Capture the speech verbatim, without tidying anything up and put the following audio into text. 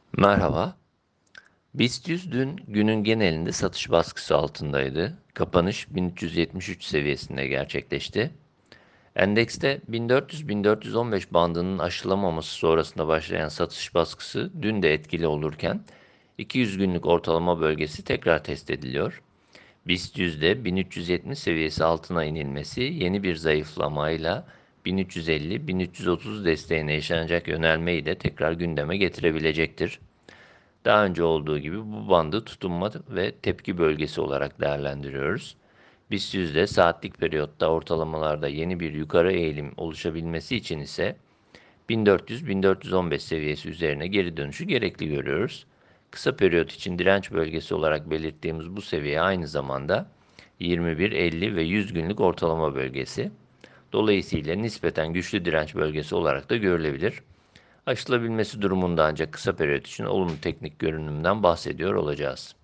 Merhaba. BIST yüz dün günün genelinde satış baskısı altındaydı. Kapanış bin üç yüz yetmiş üç seviyesinde gerçekleşti. Endekste bin dört yüz bin dört yüz on beş bandının aşılamaması sonrasında başlayan satış baskısı dün de etkili olurken iki yüz günlük ortalama bölgesi tekrar test ediliyor. BIST yüzde bin üç yüz yetmiş seviyesi altına inilmesi yeni bir zayıflamayla bin üç yüz elli bin üç yüz otuz desteğine yaşanacak yönelmeyi de tekrar gündeme getirebilecektir. Daha önce olduğu gibi bu bandı tutunma ve tepki bölgesi olarak değerlendiriyoruz. BIST yüzde saatlik periyotta ortalamalarda yeni bir yukarı eğilim oluşabilmesi için ise bin dört yüz bin dört yüz on beş seviyesi üzerine geri dönüşü gerekli görüyoruz. Kısa periyot için direnç bölgesi olarak belirttiğimiz bu seviye aynı zamanda yirmi bir, elli ve yüz günlük ortalama bölgesi. Dolayısıyla nispeten güçlü direnç bölgesi olarak da görülebilir. Aşılabilmesi durumunda ancak kısa periyot için olumlu teknik görünümden bahsediyor olacağız.